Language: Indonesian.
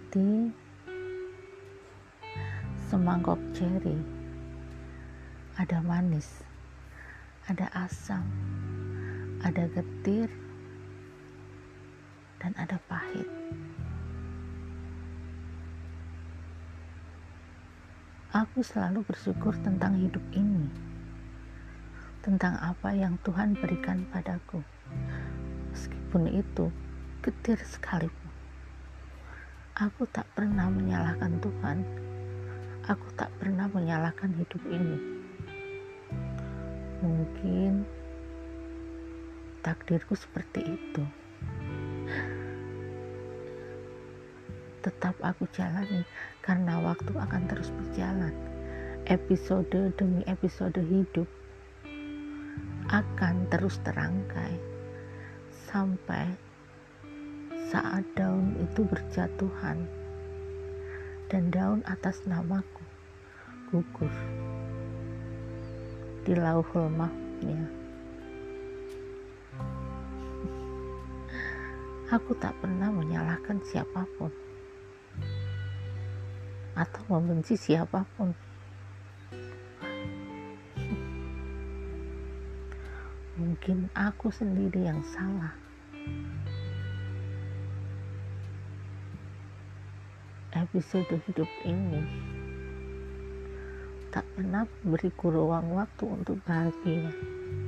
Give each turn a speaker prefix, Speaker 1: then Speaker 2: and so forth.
Speaker 1: Seperti semangkok ceri, ada manis, ada asam, ada getir, dan ada pahit. Aku selalu bersyukur tentang hidup ini, tentang apa yang Tuhan berikan padaku. Meskipun itu getir sekalipun, aku tak pernah menyalahkan Tuhan. Aku tak pernah menyalahkan hidup ini. Mungkin takdirku seperti itu. Tetap aku jalani karena waktu akan terus berjalan. Episode demi episode hidup akan terus terangkai sampai saat daun itu berjatuhan dan daun atas namaku gugur di lauhul mahfuznya. Aku tak pernah menyalahkan siapapun atau membenci siapapun. Mungkin aku sendiri yang salah. Episode hidup ini tak pernah memberiku ruang waktu untuk bahagia.